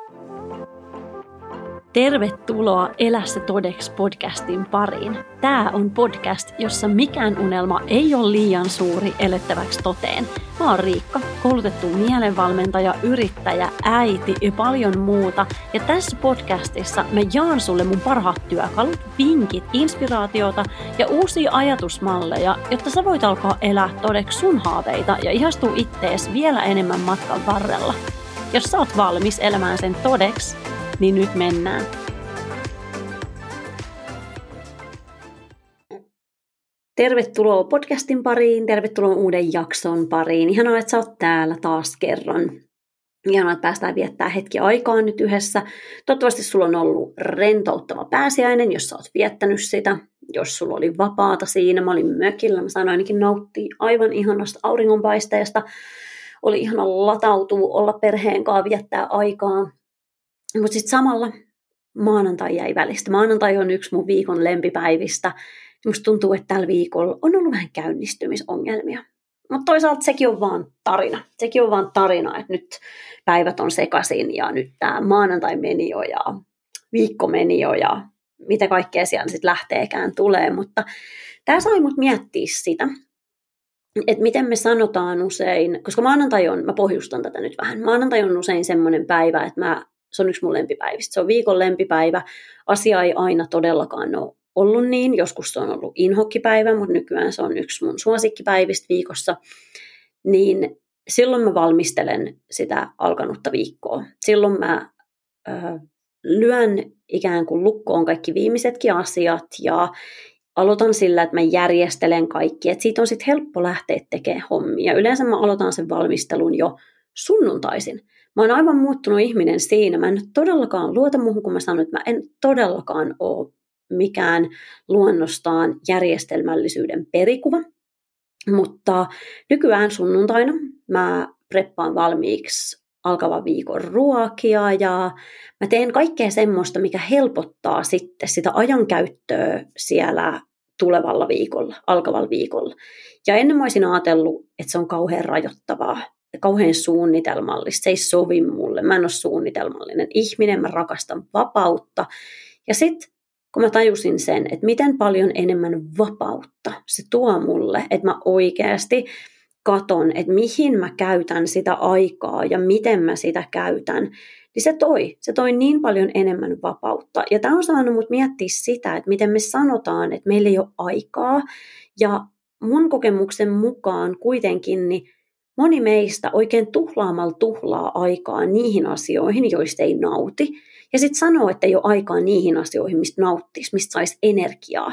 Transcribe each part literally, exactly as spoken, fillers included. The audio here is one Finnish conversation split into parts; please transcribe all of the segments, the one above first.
Tervetuloa Elä se todeksi podcastin pariin. Tämä on podcast, jossa mikään unelma ei ole liian suuri elettäväksi toteen. Mä oon Riikka, koulutettu mielenvalmentaja, yrittäjä, äiti ja paljon muuta. Ja tässä podcastissa mä jaan sulle mun parhaat työkalut, vinkit, inspiraatiota ja uusia ajatusmalleja, jotta sä voit alkaa elää todeksi sun haaveita ja ihastua ittees vielä enemmän matkan varrella. Jos sä oot valmis elämään sen todeksi, niin nyt mennään. Tervetuloa podcastin pariin, tervetuloa uuden jakson pariin. Ihanaa, että sä oot täällä taas kerran. Ihanaa, että päästään viettämään hetki aikaa nyt yhdessä. Toivottavasti sulla on ollut rentouttava pääsiäinen, jos sä oot viettänyt sitä. Jos sulla oli vapaata siinä, mä olin mökillä, mä sain ainakin nauttia aivan ihanasta auringonpaisteesta. Oli ihana latautua, olla perheen kanssa, viettää aikaa. Mutta sitten samalla maanantai jäi välistä. Maanantai on yksi mun viikon lempipäivistä. Musta tuntuu, että tällä viikolla on ollut vähän käynnistymisongelmia. Mutta toisaalta sekin on vaan tarina. Sekin on vaan tarina, että nyt päivät on sekaisin ja nyt tämä maanantai meni jo ja viikko meni jo ja mitä kaikkea siellä sitten lähteekään tulee. Mutta tämä sai mut miettiä sitä, että miten me sanotaan usein, koska maanantai on, mä pohjustan tätä nyt vähän, maanantai on usein semmoinen päivä, että mä, se on yksi mun lempipäivistä. Se on viikon lempipäivä. Asia ei aina todellakaan ole ollut niin. Joskus se on ollut inhokkipäivä, mutta nykyään se on yksi mun suosikkipäivistä viikossa. Niin silloin mä valmistelen sitä alkanutta viikkoa. Silloin mä ö, lyön ikään kuin lukkoon kaikki viimeisetkin asiat ja aloitan sillä, että mä järjestelen kaikki. Et siitä on sitten helppo lähteä tekemään hommia. Yleensä mä aloitan sen valmistelun jo sunnuntaisin. Mä oon aivan muuttunut ihminen siinä. Mä en todellakaan luota muuhun, kun mä sanon, että mä en todellakaan ole mikään luonnostaan järjestelmällisyyden perikuva. Mutta nykyään sunnuntaina mä preppaan valmiiksi alkavan viikon ruokia ja mä teen kaikkea semmoista, mikä helpottaa sitten sitä ajankäyttöä siellä tulevalla viikolla, alkavalla viikolla. Ja ennen mä olisin ajatellut, että se on kauhean rajoittavaa ja kauhean suunnitelmallista. Se ei sovi mulle. Mä en ole suunnitelmallinen ihminen, mä rakastan vapautta. Ja sitten kun mä tajusin sen, että miten paljon enemmän vapautta se tuo mulle, että mä oikeasti katon, että mihin mä käytän sitä aikaa ja miten mä sitä käytän, niin se toi, se toi niin paljon enemmän vapautta. Ja tämä on saanut mut miettiä sitä, että miten me sanotaan, että meillä ei ole aikaa. Ja mun kokemuksen mukaan kuitenkin niin moni meistä oikein tuhlaamalla tuhlaa aikaa niihin asioihin, joista ei nauti. Ja sitten sanoo, että ei ole aikaa niihin asioihin, mistä nauttisi, mistä saisi energiaa.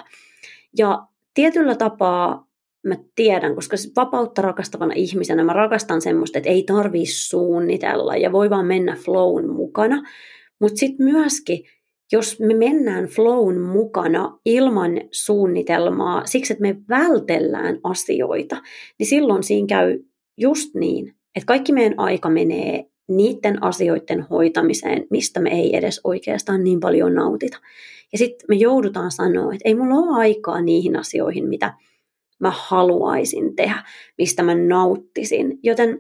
Ja tietyllä tapaa mä tiedän, koska vapautta rakastavana ihmisenä mä rakastan semmoista, että ei tarvitse suunnitella ja voi vaan mennä flown mukana. Mutta sitten myöskin, jos me mennään flown mukana ilman suunnitelmaa, siksi että me vältellään asioita, niin silloin siinä käy just niin, että kaikki meidän aika menee niiden asioiden hoitamiseen, mistä me ei edes oikeastaan niin paljon nautita. Ja sitten me joudutaan sanoa, että ei mulla ole aikaa niihin asioihin, mitä mä haluaisin tehdä, mistä mä nauttisin. Joten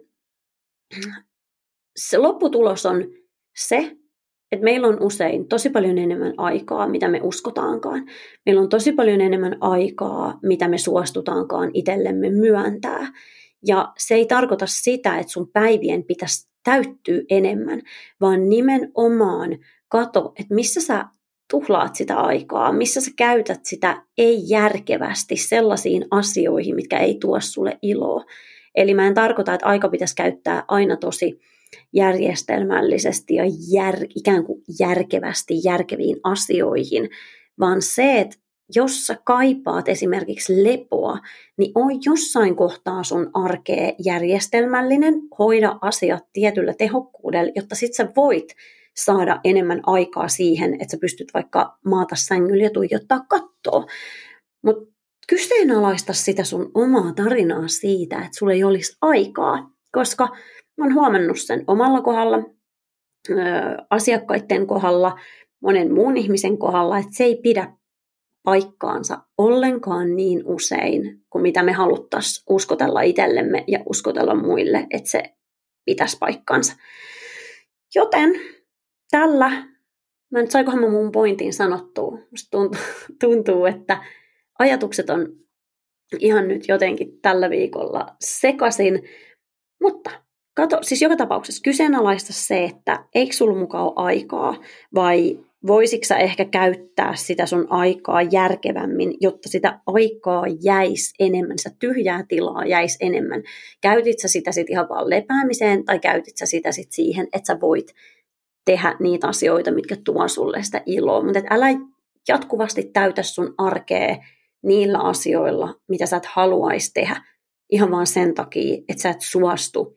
se lopputulos on se, että meillä on usein tosi paljon enemmän aikaa, mitä me uskotaankaan. Meillä on tosi paljon enemmän aikaa, mitä me suostutaankaan itsellemme myöntää. Ja se ei tarkoita sitä, että sun päivien pitäisi täyttyä enemmän, vaan nimenomaan kato, että missä sä tuhlaat sitä aikaa, missä sä käytät sitä ei-järkevästi sellaisiin asioihin, mitkä ei tuo sulle iloa. Eli mä en tarkoita, että aika pitäisi käyttää aina tosi järjestelmällisesti ja jär, ikään kuin järkevästi järkeviin asioihin, vaan se, että jos sä kaipaat esimerkiksi lepoa, niin on jossain kohtaa sun arkea järjestelmällinen, hoida asiat tietyllä tehokkuudella, jotta sit sä voit saada enemmän aikaa siihen, että sä pystyt vaikka maata sängyllä ja tuijottaa kattoa. Mutta kyseenalaista sitä sun omaa tarinaa siitä, että sulla ei olisi aikaa, koska mä oon huomannut sen omalla kohdalla, asiakkaiden kohdalla, monen muun ihmisen kohdalla, että se ei pidä paikkaansa ollenkaan niin usein kuin mitä me haluttaisiin uskotella itsellemme ja uskotella muille, että se pitäisi paikkaansa. Joten tällä, mä nyt saikohan mä mun pointin sanottua, musta tuntuu, tuntuu, että ajatukset on ihan nyt jotenkin tällä viikolla sekaisin, mutta kato, siis joka tapauksessa kyseenalaista se, että eikö sulla mukaan ole aikaa, vai voisitko sä ehkä käyttää sitä sun aikaa järkevämmin, jotta sitä aikaa jäisi enemmän, sitä tyhjää tilaa jäisi enemmän. Käytit sä sitä sitten ihan vaan lepäämiseen, tai käytit sä sitä sitten siihen, että sä voit tehdä niitä asioita, mitkä tuo sulle sitä iloa. Mutta älä jatkuvasti täytä sun arkea niillä asioilla, mitä sä et haluaisi tehdä, ihan vaan sen takia, että sä et suostu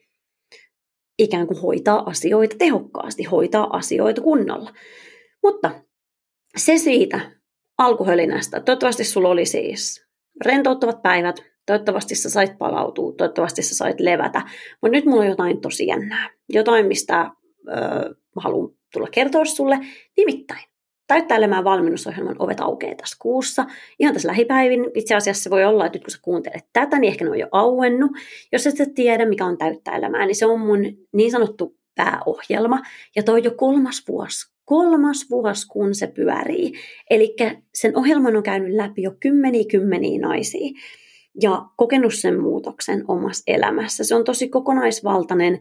ikään kuin hoitaa asioita tehokkaasti, hoitaa asioita kunnolla. Mutta se siitä alkuhölinästä. Toivottavasti sulla oli siis rentouttavat päivät, toivottavasti sä sait palautua, toivottavasti sä sait levätä. Mutta nyt mulla on jotain tosi jännää, jotain mistä öö, mä haluan tulla kertoa sulle, nimittäin. Täyttäilemään valmennusohjelman ovet aukeaa tässä kuussa. Ihan tässä lähipäivin. Itse asiassa se voi olla, että nyt kun sä kuuntelet tätä, niin ehkä ne on jo auennut. Jos et sä tiedä, mikä on täyttäilemään, niin se on mun niin sanottu pääohjelma. Ja toi on jo kolmas vuosi. Kolmas vuosi, kun se pyörii. Eli sen ohjelman on käynyt läpi jo kymmeniä kymmeniä naisia. Ja kokenut sen muutoksen omassa elämässä. Se on tosi kokonaisvaltainen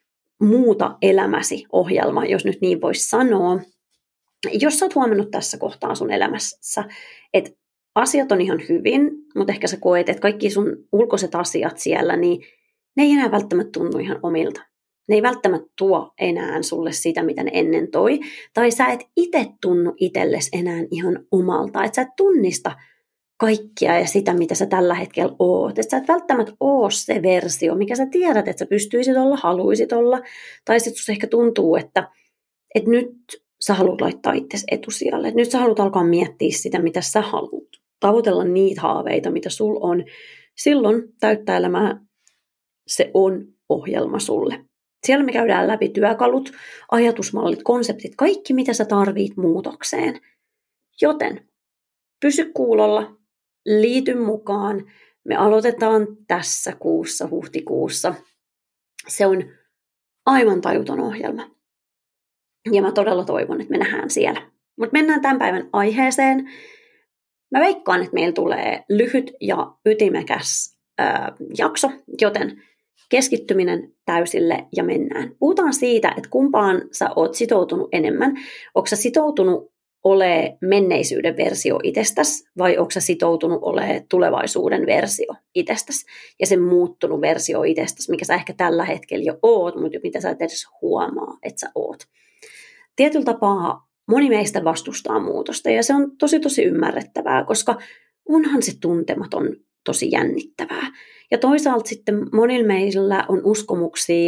muuta elämäsi ohjelma, jos nyt niin voisi sanoa. Jos sä oot huomannut tässä kohtaa sun elämässä, että asiat on ihan hyvin, mutta ehkä sä koet, että kaikki sun ulkoiset asiat siellä, niin ne ei enää välttämättä tunnu ihan omilta. Ne ei välttämättä tuo enää sulle sitä, mitä ne ennen toi. Tai sä et itse tunnu itsellesi enää ihan omalta. Että sä et tunnista kaikkia ja sitä, mitä sä tällä hetkellä oot. Että sä et välttämättä oo se versio, mikä sä tiedät, että sä pystyisit olla, haluisit olla. Tai sitten susta ehkä tuntuu, että, että nyt sä haluat laittaa itsesi etusijalle. Nyt sä haluat alkaa miettiä sitä, mitä sä haluat. Tavoitella niitä haaveita, mitä sul on. Silloin täyttäilemään se on ohjelma sulle. Siellä me käydään läpi työkalut, ajatusmallit, konseptit, kaikki mitä sä tarvit muutokseen. Joten pysy kuulolla, liity mukaan. Me aloitetaan tässä kuussa, huhtikuussa. Se on aivan tajuton ohjelma. Ja mä todella toivon, että me nähdään siellä. Mutta mennään tämän päivän aiheeseen. Mä veikkaan, että meillä tulee lyhyt ja ytimekäs ää, jakso, joten keskittyminen täysille ja mennään. Puhutaan siitä, että kumpaan sä oot sitoutunut enemmän. Onko sä sitoutunut olemaan menneisyyden versio itsestäsi vai onko sä sitoutunut olemaan tulevaisuuden versio itsestäsi ja sen muuttunut versio itsestäsi, mikä sä ehkä tällä hetkellä jo oot, mutta mitä sä et edes huomaa, että sä oot. Tietyllä tapaa moni meistä vastustaa muutosta ja se on tosi tosi ymmärrettävää, koska onhan se tuntematon tosi jännittävää. Ja toisaalta sitten monilla meillä on uskomuksia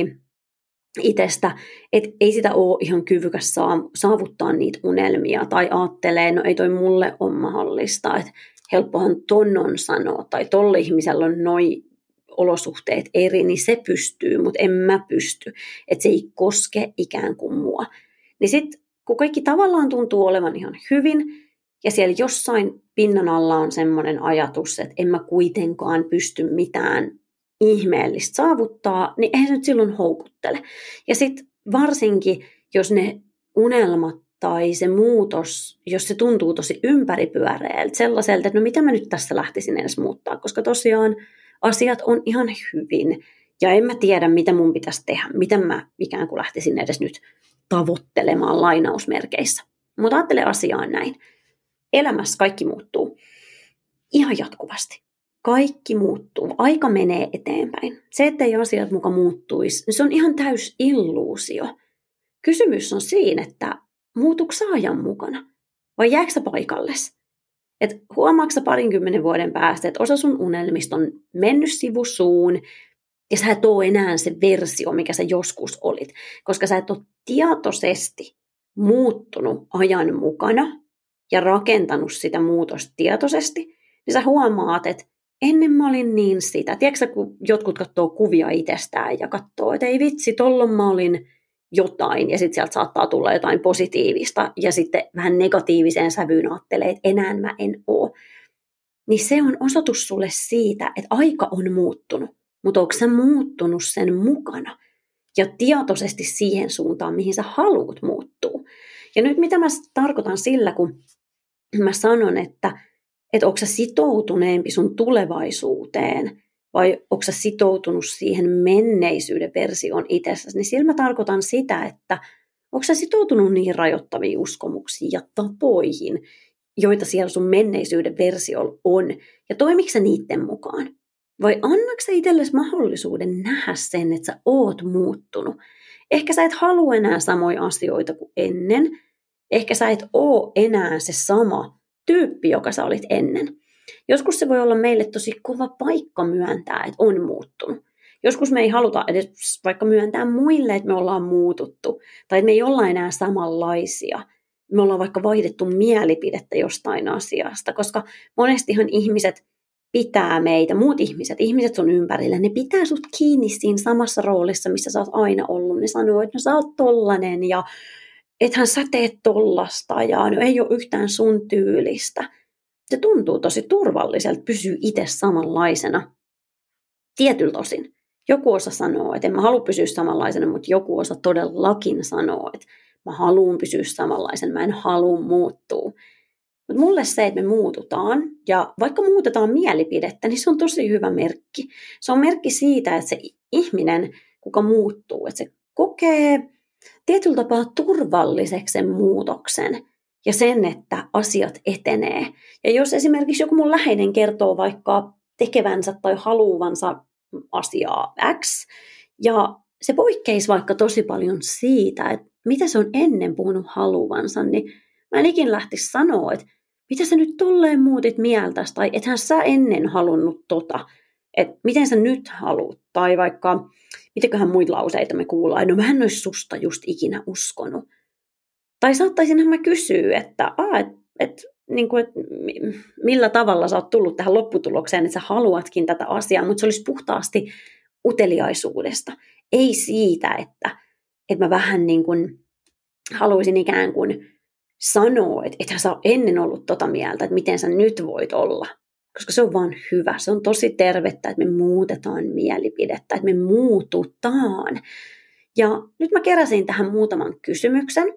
itsestä, että ei sitä ole ihan kyvykäs saavuttaa niitä unelmia tai ajattelee, no ei toi mulle ole mahdollista, että helppohan ton on sanoa tai tolle ihmisellä on noi olosuhteet eri, niin se pystyy, mutta en mä pysty, että se ei koske ikään kuin mua. Niin sitten kun kaikki tavallaan tuntuu olevan ihan hyvin ja siellä jossain pinnan alla on semmoinen ajatus, että en mä kuitenkaan pysty mitään ihmeellistä saavuttaa, niin eihän se nyt silloin houkuttele. Ja sitten varsinkin, jos ne unelmat tai se muutos, jos se tuntuu tosi ympäripyöreältä, sellaiselta, että no mitä mä nyt tässä lähtisin edes muuttaa, koska tosiaan asiat on ihan hyvin ja en mä tiedä, mitä mun pitäisi tehdä, miten mä ikään kuin lähtisin edes nyt tavoittelemaan lainausmerkeissä. Mutta ajattele asiaa näin. Elämässä kaikki muuttuu ihan jatkuvasti. Kaikki muuttuu. Aika menee eteenpäin. Se, ettei asiat muka muuttuisi, niin se on ihan täys illuusio. Kysymys on siinä, että muutuuko sä ajan mukana? Vai jääkö sä paikalles? Et huomaatko sä parinkymmenen vuoden päästä, että osa sun unelmista on mennyt sivusuun, ja sä et ole enää se versio, mikä sä joskus olit. Koska sä et ole tietoisesti muuttunut ajan mukana ja rakentanut sitä muutosta tietoisesti, niin sä huomaat, että ennen mä olin niin sitä. Tiedätkö, kun jotkut katsoo kuvia itsestään ja katsoo, että ei vitsi, tollon mä olin jotain, ja sitten sieltä saattaa tulla jotain positiivista, ja sitten vähän negatiiviseen sävyyn ajattelee, että enää mä en oo. Niin se on osoitus sulle siitä, että aika on muuttunut, mutta onko sä muuttunut sen mukana, ja tietoisesti siihen suuntaan, mihin sä haluat muuttua. Ja nyt mitä mä tarkoitan sillä, kun mä sanon, että, että onko sä sitoutuneempi sun tulevaisuuteen vai onko sä sitoutunut siihen menneisyyden versioon itsessäsi, niin sillä mä tarkoitan sitä, että onko sä sitoutunut niihin rajoittaviin uskomuksiin ja tapoihin, joita siellä sun menneisyyden versiolla on, ja toimiko sä niiden mukaan? Vai annatko sä itsellesi mahdollisuuden nähdä sen, että sä oot muuttunut? Ehkä sä et halua enää samoja asioita kuin ennen. Ehkä sä et oo enää se sama tyyppi, joka sä olit ennen. Joskus se voi olla meille tosi kova paikka myöntää, että on muuttunut. Joskus me ei haluta edes vaikka myöntää muille, että me ollaan muututtu. Tai että me ei olla enää samanlaisia. Me ollaan vaikka vaihdettu mielipidettä jostain asiasta. Koska monestihan ihmiset pitää meitä, muut ihmiset, ihmiset sun ympärillä, ne pitää sut kiinni siinä samassa roolissa, missä sä oot aina ollut. Ne sanoo, että no sä oot tollanen ja ethän sä teet tollasta ja no ei ole yhtään sun tyylistä. Se tuntuu tosi turvalliselta pysyä itse samanlaisena. Tietyllä osin. Joku osa sanoo, että en mä halua pysyä samanlaisena, mutta joku osa todellakin sanoo, että mä haluan pysyä samanlaisena, mä en halua muuttua. Mutta mulle se, että me muututaan, ja vaikka muutetaan mielipidettä, niin se on tosi hyvä merkki. Se on merkki siitä, että se ihminen, kuka muuttuu, että se kokee tietyllä tapaa turvalliseksi sen muutoksen ja sen, että asiat etenee. Ja jos esimerkiksi joku mun läheinen kertoo vaikka tekevänsä tai haluavansa asiaa X, ja se poikkeisi vaikka tosi paljon siitä, että mitä se on ennen puhunut haluavansa, niin mä en ikin lähtisi sanoa, että mitä sä nyt tolleen muutit mieltäsi, tai ethän sä ennen halunnut tota, että miten sä nyt haluat, tai vaikka, mitäköhän muita lauseita me kuullaan, no mä en olisi susta just ikinä uskonut. Tai saattaisinhan mä kysyä, että, a, et, et, niin kuin, et, millä tavalla sä oot tullut tähän lopputulokseen, että sä haluatkin tätä asiaa, mutta se olisi puhtaasti uteliaisuudesta. Ei siitä, että, että mä vähän niin kuin haluaisin ikään kuin sanoa, että ethän sä ole ennen ollut tota mieltä, että miten sä nyt voit olla. Koska se on vaan hyvä. Se on tosi tervettä, että me muutetaan mielipidettä, että me muututaan. Ja nyt mä keräsin tähän muutaman kysymyksen,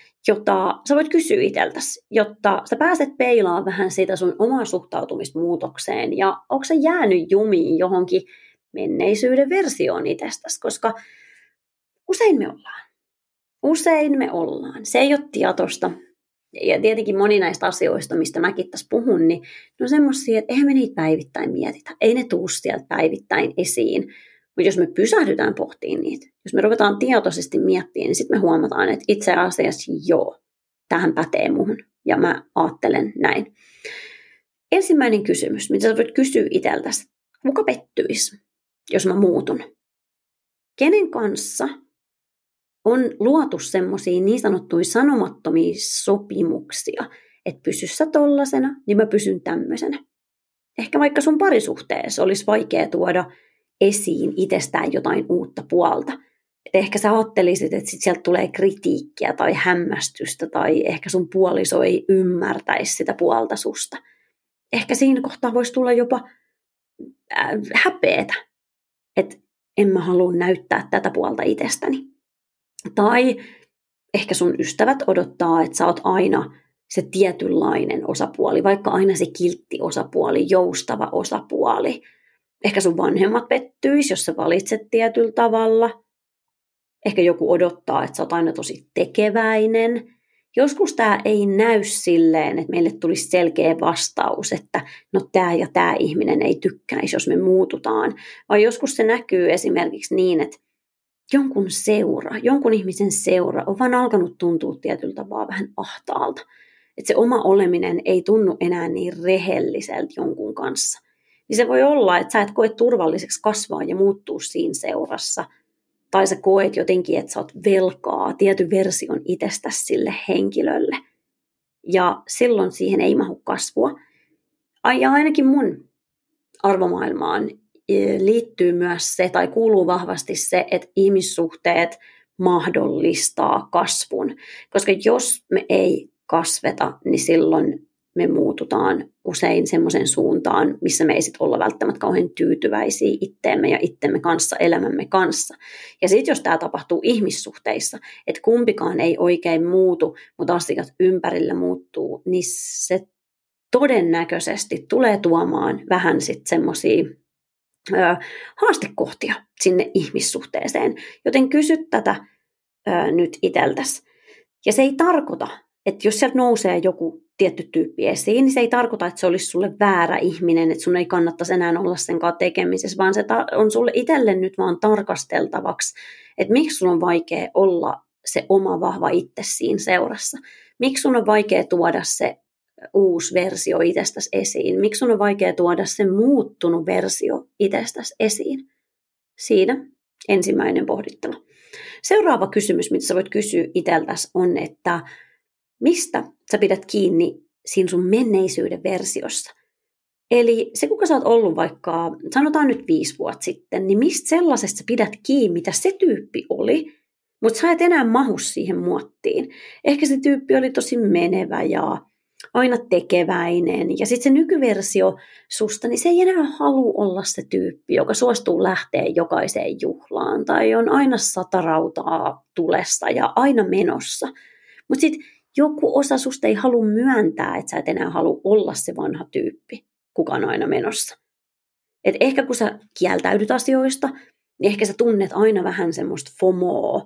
jota sä voit kysyä itseltäsi, jotta sä pääset peilaamaan vähän sitä sun omaa suhtautumista muutokseen. Ja onko sä jäänyt jumiin johonkin menneisyyden versioon itsestäsi, koska usein me ollaan. Usein me ollaan. Se ei ole tietoista. Ja tietenkin moni näistä asioista, mistä mäkin tässä puhun, niin ne on semmoisia, että eihän me niitä päivittäin mietitä. Ei ne tuu sieltä päivittäin esiin. Mutta jos me pysähdytään pohtiin niitä, jos me ruvetaan tietoisesti miettimään, niin sitten me huomataan, että itse asiassa joo, tähän pätee muhun. Ja mä ajattelen näin. Ensimmäinen kysymys, mitä sä voit kysyä itseltäsi. Kuka pettyisi, jos mä muutun? Kenen kanssa on luotu semmoisia niin sanottuja sanomattomia sopimuksia, että pysy sä tollasena, niin mä pysyn tämmöisenä. Ehkä vaikka sun parisuhteessa olisi vaikea tuoda esiin itsestään jotain uutta puolta. Et ehkä sä ajattelisit, että sit sieltä tulee kritiikkiä tai hämmästystä, tai ehkä sun puoliso ei ymmärtäisi sitä puolta susta. Ehkä siinä kohtaa voisi tulla jopa äh, häpeetä, että en mä halua näyttää tätä puolta itsestäni. Tai ehkä sun ystävät odottaa, että sä oot aina se tietynlainen osapuoli, vaikka aina se kiltti osapuoli, joustava osapuoli. Ehkä sun vanhemmat pettyis, jos sä valitset tietyllä tavalla. Ehkä joku odottaa, että sä oot aina tosi tekeväinen. Joskus tää ei näy silleen, että meille tulisi selkeä vastaus, että no tää ja tää ihminen ei tykkäisi, jos me muututaan. Vai joskus se näkyy esimerkiksi niin, että jonkun seura, jonkun ihmisen seura on vaan alkanut tuntua tietyllä tavalla vähän ahtaalta. Että se oma oleminen ei tunnu enää niin rehelliseltä jonkun kanssa. Niin se voi olla, että sä et koe turvalliseksi kasvaa ja muuttua siinä seurassa. Tai sä koet jotenkin, että sä oot velkaa tietyn version itsestäsi sille henkilölle. Ja silloin siihen ei mahdu kasvua. Ja ainakin mun arvomaailmaan liittyy myös se, tai kuuluu vahvasti se, että ihmissuhteet mahdollistaa kasvun. Koska jos me ei kasveta, niin silloin me muututaan usein semmoisen suuntaan, missä me ei sit olla välttämättä kauhean tyytyväisiä itteemme ja itsemme kanssa, elämämme kanssa. Ja sitten jos tämä tapahtuu ihmissuhteissa, että kumpikaan ei oikein muutu, mutta asiat ympärillä muuttuu, niin se todennäköisesti tulee tuomaan vähän sitten semmoisia haastekohtia sinne ihmissuhteeseen. Joten kysy tätä ö, nyt itseltäsi. Ja se ei tarkoita, että jos sieltä nousee joku tietty tyyppi esiin, niin se ei tarkoita, että se olisi sulle väärä ihminen, että sun ei kannattaisi enää olla sen kanssa tekemisessä, vaan se on sulle itselle nyt vaan tarkasteltavaksi, että miksi sun on vaikea olla se oma vahva itse siinä seurassa. Miksi sun on vaikea tuoda se uusi versio itsestäsi esiin? Miksi sun on vaikea tuoda se muuttunut versio itsestäsi esiin? Siinä ensimmäinen pohdittelu. Seuraava kysymys, mitä sä voit kysyä itseltäsi, on, että mistä sä pidät kiinni siinä sun menneisyyden versiossa? Eli se, kuka sä oot ollut vaikka, sanotaan nyt viisi vuotta sitten, niin mistä sellaisesta sä pidät kiinni, mitä se tyyppi oli, mutta sä et enää mahu siihen muottiin. Ehkä se tyyppi oli tosi menevä ja aina tekeväinen. Ja sitten se nykyversio susta, niin se ei enää halua olla se tyyppi, joka suostuu lähteä jokaiseen juhlaan. Tai on aina sata rautaa tulessa ja aina menossa. Mutta sitten joku osa susta ei halua myöntää, että sä et enää halua olla se vanha tyyppi, kuka on aina menossa. Et ehkä kun sä kieltäydyt asioista, niin ehkä sä tunnet aina vähän semmoista FOMOa.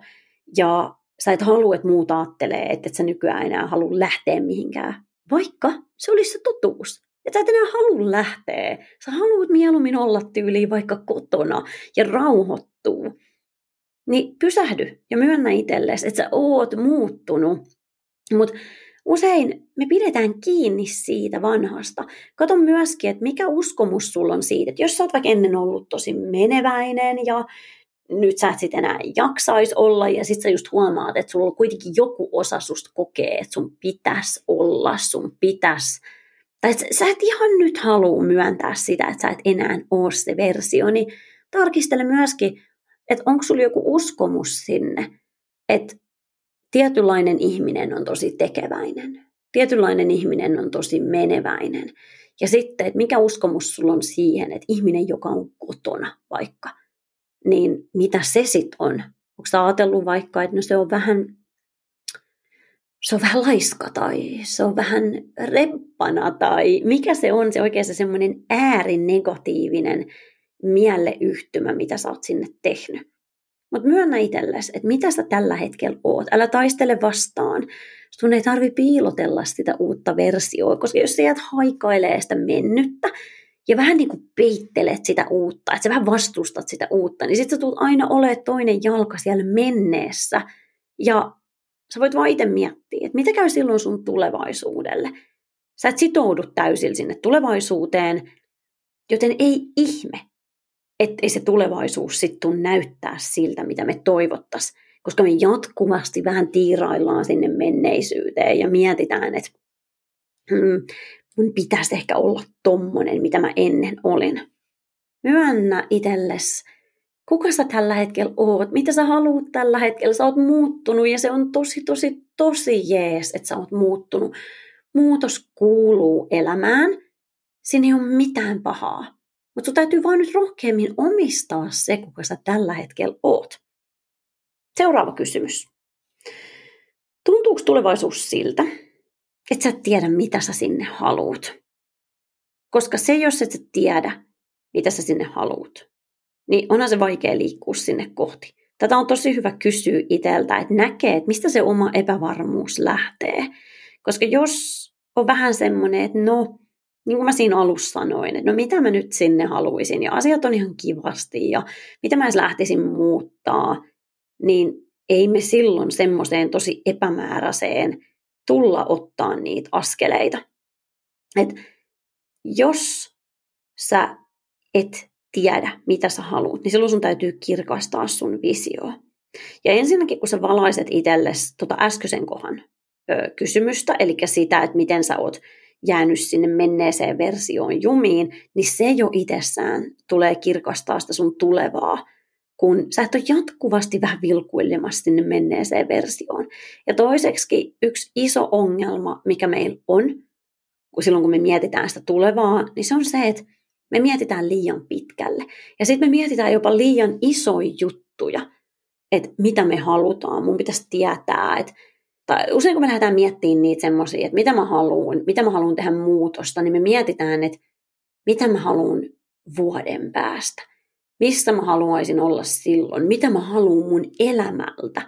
Ja sä et halua, että muut ajattelee, että et sä nykyään enää halua lähteä mihinkään. Vaikka se olisi se totuus. Että sä et enää halua lähteä. Sä haluat mieluummin olla tyyliin vaikka kotona ja rauhoittua. Niin pysähdy ja myönnä itsellesi, että sä oot muuttunut. Mutta usein me pidetään kiinni siitä vanhasta. Kato myöskin, että mikä uskomus sulla on siitä, että jos sä oot vaikka ennen ollut tosi meneväinen ja nyt sä et sit enää jaksaisi olla ja sit sä just huomaat, että sulla on kuitenkin joku osa susta kokee, että sun pitäisi olla, sun pitäisi. Tai että sä et ihan nyt halua myöntää sitä, että sä et enää ole se versio, niin tarkistele myöskin, että onko sulla joku uskomus sinne, että tietynlainen ihminen on tosi tekeväinen, tietynlainen ihminen on tosi meneväinen. Ja sitten, että mikä uskomus sulla on siihen, että ihminen, joka on kotona vaikka, niin mitä se sitten on? Onko sä ajatellut vaikka, että no se on vähän, se on vähän laiska tai se on vähän reppana tai mikä se on se oikein se semmoinen äärinegatiivinen mieleyhtymä, mitä sä oot sinne tehnyt. Mutta myönnä itsellesi, että mitä sä tällä hetkellä oot. Älä taistele vastaan. Sun ei tarvi piilotella sitä uutta versioa, koska jos sä jäät haikailemaan sitä mennyttä ja vähän niin kuin peittelet sitä uutta, että sä vähän vastustat sitä uutta, niin sit sä tulet aina olemaan toinen jalka siellä menneessä. Ja sä voit vaan itse miettiä, että mitä käy silloin sun tulevaisuudelle. Sä et sitoudu täysin sinne tulevaisuuteen, joten ei ihme, ettei se tulevaisuus sitten tule näyttää siltä, mitä me toivottaisiin. Koska me jatkuvasti vähän tiiraillaan sinne menneisyyteen ja mietitään, että hmm, mun pitäisi ehkä olla tommonen, mitä mä ennen olin. Myönnä itsellesi, kuka sä tällä hetkellä oot, mitä sä haluat tällä hetkellä. Sä oot muuttunut ja se on tosi, tosi, tosi jees, että sä oot muuttunut. Muutos kuuluu elämään. Siinä ei ole mitään pahaa. Mutta sun täytyy vaan nyt rohkeammin omistaa se, kuka sä tällä hetkellä oot. Seuraava kysymys. Tuntuuko tulevaisuus siltä, että sä et tiedä, mitä sä sinne haluut? Koska se, jos et sä tiedä, mitä sä sinne haluut, niin onhan se vaikea liikkua sinne kohti. Tätä on tosi hyvä kysyä itseltä, että näkee, että mistä se oma epävarmuus lähtee. Koska jos on vähän semmoinen, että no, niin kuin mä siinä alussa sanoin, että no mitä mä nyt sinne haluaisin, ja asiat on ihan kivasti, ja mitä mä edes lähtisin muuttaa, niin ei me silloin semmoiseen tosi epämääräiseen tulla ottaa niitä askeleita. Et jos sä et tiedä, mitä sä haluat, niin silloin sun täytyy kirkastaa sun visioa. Ja ensinnäkin, kun sä valaiset itsellesi tota äskeisen kohan ö, kysymystä, eli sitä, että miten sä oot jäänyt sinne menneeseen versioon jumiin, niin se jo itsessään tulee kirkastaa sitä sun tulevaa, kun sä et ole jatkuvasti vähän vilkuilemassa sinne menneeseen versioon. Ja toiseksi yksi iso ongelma, mikä meillä on, silloin kun me mietitään sitä tulevaa, niin se on se, että me mietitään liian pitkälle. Ja sitten me mietitään jopa liian isoja juttuja, että mitä me halutaan, mun pitäisi tietää, että tai usein kun me lähdetään miettimään niitä semmoisia, että mitä mä haluan, mitä mä haluan tehdä muutosta, niin me mietitään, että mitä mä haluan vuoden päästä. Missä mä haluaisin olla silloin? Mitä mä haluan mun elämältä?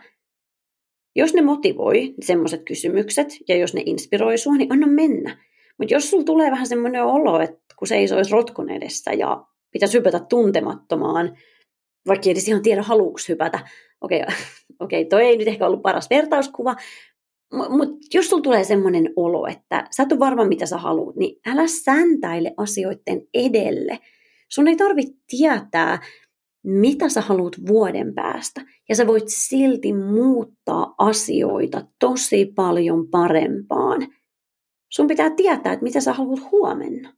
Jos ne motivoi, semmoiset kysymykset, ja jos ne inspiroi sua, niin anna mennä. Mutta jos sulla tulee vähän semmoinen olo, että kun seisoisi rotkon edessä ja pitäisi hypätä tuntemattomaan, vaikka ei edes ihan tiedä, haluuks hypätä. Okei, okay, okay, toi ei nyt ehkä ollut paras vertauskuva, mutta jos sulla tulee semmoinen olo, että sä et ole varma, mitä sä haluat, niin älä säntäile asioiden edelle. Sun ei tarvitse tietää, mitä sä haluat vuoden päästä. Ja sä voit silti muuttaa asioita tosi paljon parempaan. Sun pitää tietää, että mitä sä haluat huomenna.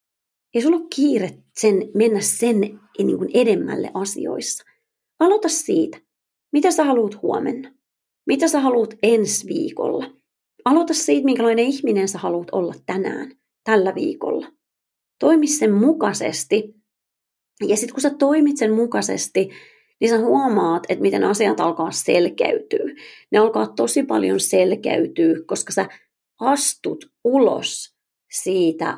Ei sulla ole kiire sen, mennä sen niin kuin edemmälle asioissa. Aloita siitä. Mitä sä haluat huomenna? Mitä sä haluat ensi viikolla? Aloita siitä, minkälainen ihminen sä haluat olla tänään, tällä viikolla. Toimi sen mukaisesti. Ja sitten kun sä toimit sen mukaisesti, niin sä huomaat, että miten asiat alkaa selkeytyä. Ne alkaa tosi paljon selkeytyä, koska sä astut ulos siitä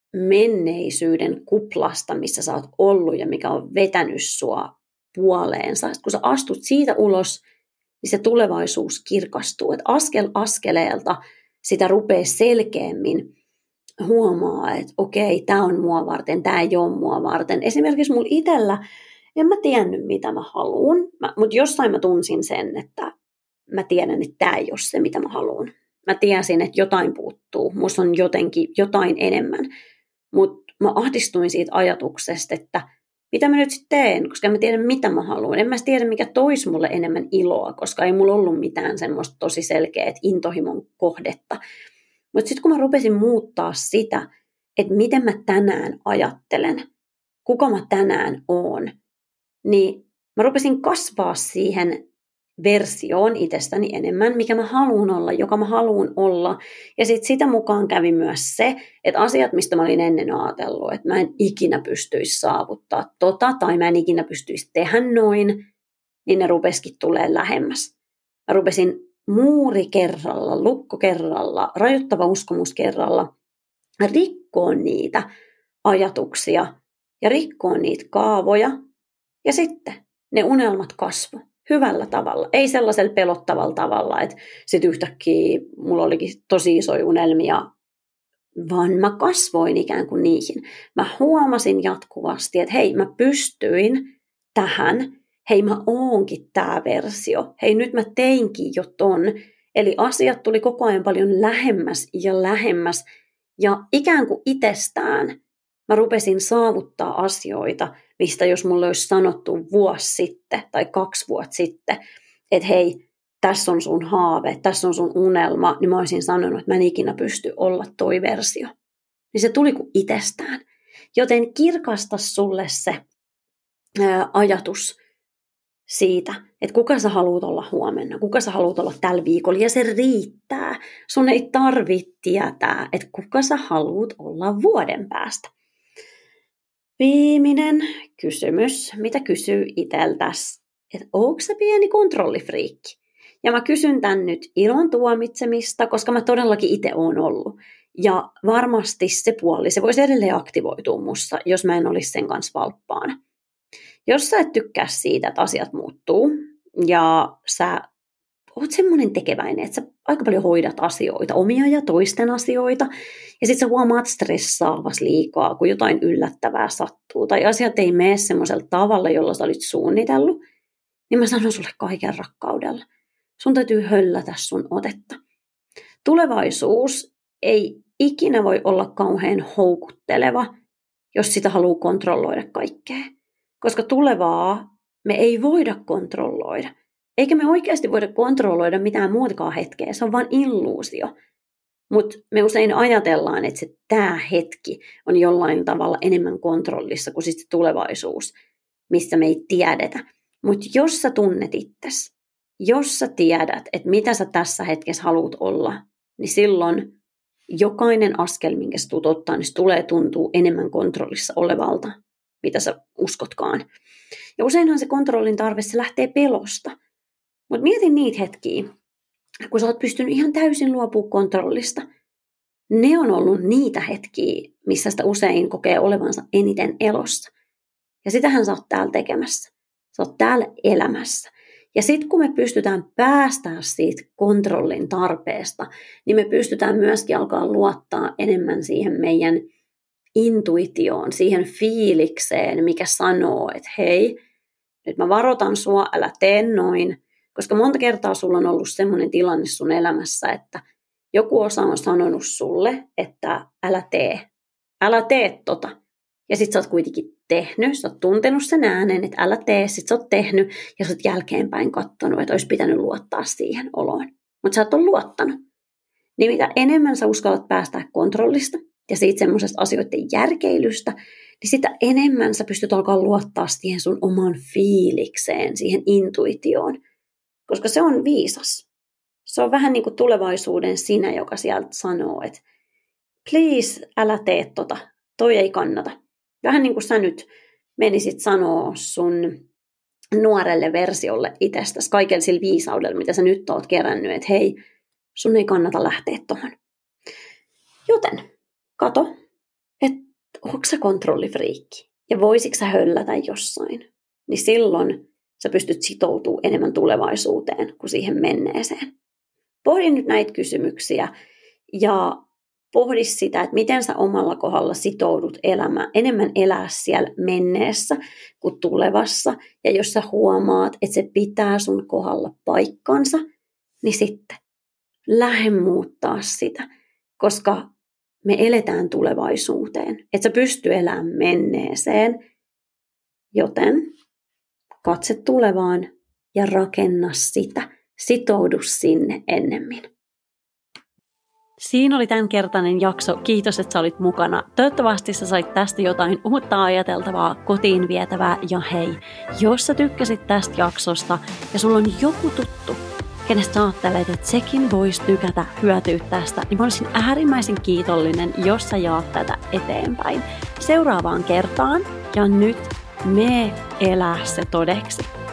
menneisyyden kuplasta, missä sä oot ollut ja mikä on vetänyt sua puoleensa. Kun sä astut siitä ulos, niin se tulevaisuus kirkastuu. Et askel askeleelta sitä rupeaa selkeämmin huomaa, että okei, tämä on mua varten, tämä ei ole mua varten. Esimerkiksi mulla itsellä, en mä tiennyt, mitä mä haluan, mutta jossain mä tunsin sen, että mä tiedän, että tämä ei ole se, mitä mä haluan. Mä tiesin, että jotain puuttuu, musta on jotenkin jotain enemmän, mutta mä ahdistuin siitä ajatuksesta, että mitä mä nyt sitten teen, koska en mä tiedä, mitä mä haluan. En mä tiedä, mikä toisi mulle enemmän iloa, koska ei mulla ollut mitään semmoista tosi selkeää intohimon kohdetta. Mutta sitten kun mä rupesin muuttaa sitä, että miten mä tänään ajattelen, kuka mä tänään oon, niin mä rupesin kasvaa siihen versioon itsestäni enemmän, mikä mä haluan olla, joka mä haluan olla. Ja sitten sitä mukaan kävi myös se, että asiat, mistä mä olin ennen ajatellut, että mä en ikinä pystyisi saavuttaa tota, tai mä en ikinä pystyisi tehdä noin, niin ne rupesikin tulee lähemmäs. Mä rupesin muuri kerralla, lukko kerralla, rajoittava uskomus kerralla rikkoon niitä ajatuksia ja rikkoon niitä kaavoja. Ja sitten ne unelmat kasvoi hyvällä tavalla, ei sellaisella pelottavalla tavalla, että sitten yhtäkkiä mulla olikin tosi isoja unelmia, vaan mä kasvoin ikään kuin niihin. Mä huomasin jatkuvasti, että hei, mä pystyin tähän, hei, mä oonkin tää versio, hei, nyt mä teinkin jo ton. Eli asiat tuli koko ajan paljon lähemmäs ja lähemmäs, ja ikään kuin itsestään mä rupesin saavuttaa asioita, mistä jos mulle olisi sanottu vuosi sitten tai kaksi vuotta sitten, että hei, tässä on sun haave, tässä on sun unelma, niin mä olisin sanonut, että mä en ikinä pysty olla toi versio. Niin se tuli kuin itsestään. Joten kirkasta sulle se ää, ajatus siitä, että kuka sä haluat olla huomenna, kuka sä haluat olla tällä viikolla, ja se riittää. Sun ei tarvitse tietää, että kuka sä haluat olla vuoden päästä. Viimeinen kysymys, mitä kysyy itseltäsi, että ootko sä pieni kontrollifriikki? Ja mä kysyn tän nyt ilon tuomitsemista, koska mä todellakin itse oon ollut. Ja varmasti se puoli, se voisi edelleen aktivoitua musta, jos mä en olisi sen kanssa valppaana. Jos sä et tykkää siitä, että asiat muuttuu, ja sä oot semmoinen tekeväinen, että sä aika paljon hoidat asioita, omia ja toisten asioita, ja sit sä huomaat stressaavas liikaa, kun jotain yllättävää sattuu, tai asiat ei mene semmoisella tavalla, jolla sä olit suunnitellut, niin mä sanon sulle kaiken rakkaudella. Sun täytyy höllätä sun otetta. Tulevaisuus ei ikinä voi olla kauhean houkutteleva, jos sitä haluaa kontrolloida kaikkea. Koska tulevaa me ei voida kontrolloida. Eikä me oikeasti voida kontrolloida mitään muutakaan hetkeä. Se on vain illuusio. Mutta me usein ajatellaan, että se tämä hetki on jollain tavalla enemmän kontrollissa kuin sitten tulevaisuus, missä me ei tiedetä. Mutta jos sä tunnet itsesi, jos sä tiedät, että mitä sä tässä hetkessä haluat olla, niin silloin jokainen askel, minkä sä tulet ottaa, niin se tulee tuntua enemmän kontrollissa olevalta, mitä sä uskotkaan. Ja useinhan se kontrollin tarve, se lähtee pelosta. Mutta mietin niitä hetkiä, kun sä oot pystynyt ihan täysin luopumaan kontrollista. Ne on ollut niitä hetkiä, missä sitä usein kokee olevansa eniten elossa. Ja sitähän sä oot täällä tekemässä. Sä oot täällä elämässä. Ja sitten kun me pystytään päästään siitä kontrollin tarpeesta, niin me pystytään myöskin alkaa luottaa enemmän siihen meidän intuitioon, siihen fiilikseen, mikä sanoo, että hei, nyt mä varoitan sua, älä tee noin. Koska monta kertaa sulla on ollut semmoinen tilanne sun elämässä, että joku osa on sanonut sulle, että älä tee, älä tee tota. Ja sit sä oot kuitenkin tehnyt, sä oot tuntenut sen äänen, että älä tee, sit sä oot tehnyt ja sä oot jälkeenpäin katsonut, että olisi pitänyt luottaa siihen oloon. Mutta sä et ole luottanut. Niin mitä enemmän sä uskallat päästää kontrollista ja siitä semmoisesta asioiden järkeilystä, niin sitä enemmän sä pystyt alkaa luottaa siihen sun omaan fiilikseen, siihen intuitioon. Koska se on viisas. Se on vähän niin kuin tulevaisuuden sinä, joka sieltä sanoo, että please, älä tee tota, toi ei kannata. Vähän niin kuin sä nyt menisit sanoa sun nuorelle versiolle itsestäsi, kaikella sillä viisaudella, mitä sä nyt oot kerännyt, että hei, sun ei kannata lähteä tohon. Joten, kato, että onko sä kontrollifriikki ja voisitko sä höllätä jossain, niin silloin sä pystyt sitoutumaan enemmän tulevaisuuteen kuin siihen menneeseen. Pohdi nyt näitä kysymyksiä ja pohdi sitä, että miten sä omalla kohdalla sitoudut elämään, enemmän elää siellä menneessä kuin tulevassa. Ja jos sä huomaat, että se pitää sun kohdalla paikkansa, niin sitten lähde muuttaa sitä, koska me eletään tulevaisuuteen. Et sä pysty elämään menneeseen, joten katse tulevaan ja rakenna sitä. Sitoudu sinne ennemmin. Siinä oli tämänkertainen jakso. Kiitos, että sä olit mukana. Toivottavasti sä sait tästä jotain uutta ajateltavaa, kotiin vietävää. Ja hei, jos sä tykkäsit tästä jaksosta ja sulla on joku tuttu, kenestä sä ajattelet, että sekin voisi tykätä, hyötyä tästä, niin mä olisin äärimmäisen kiitollinen, jos sä jaat tätä eteenpäin. Seuraavaan kertaan ja nyt me elää se todeksi.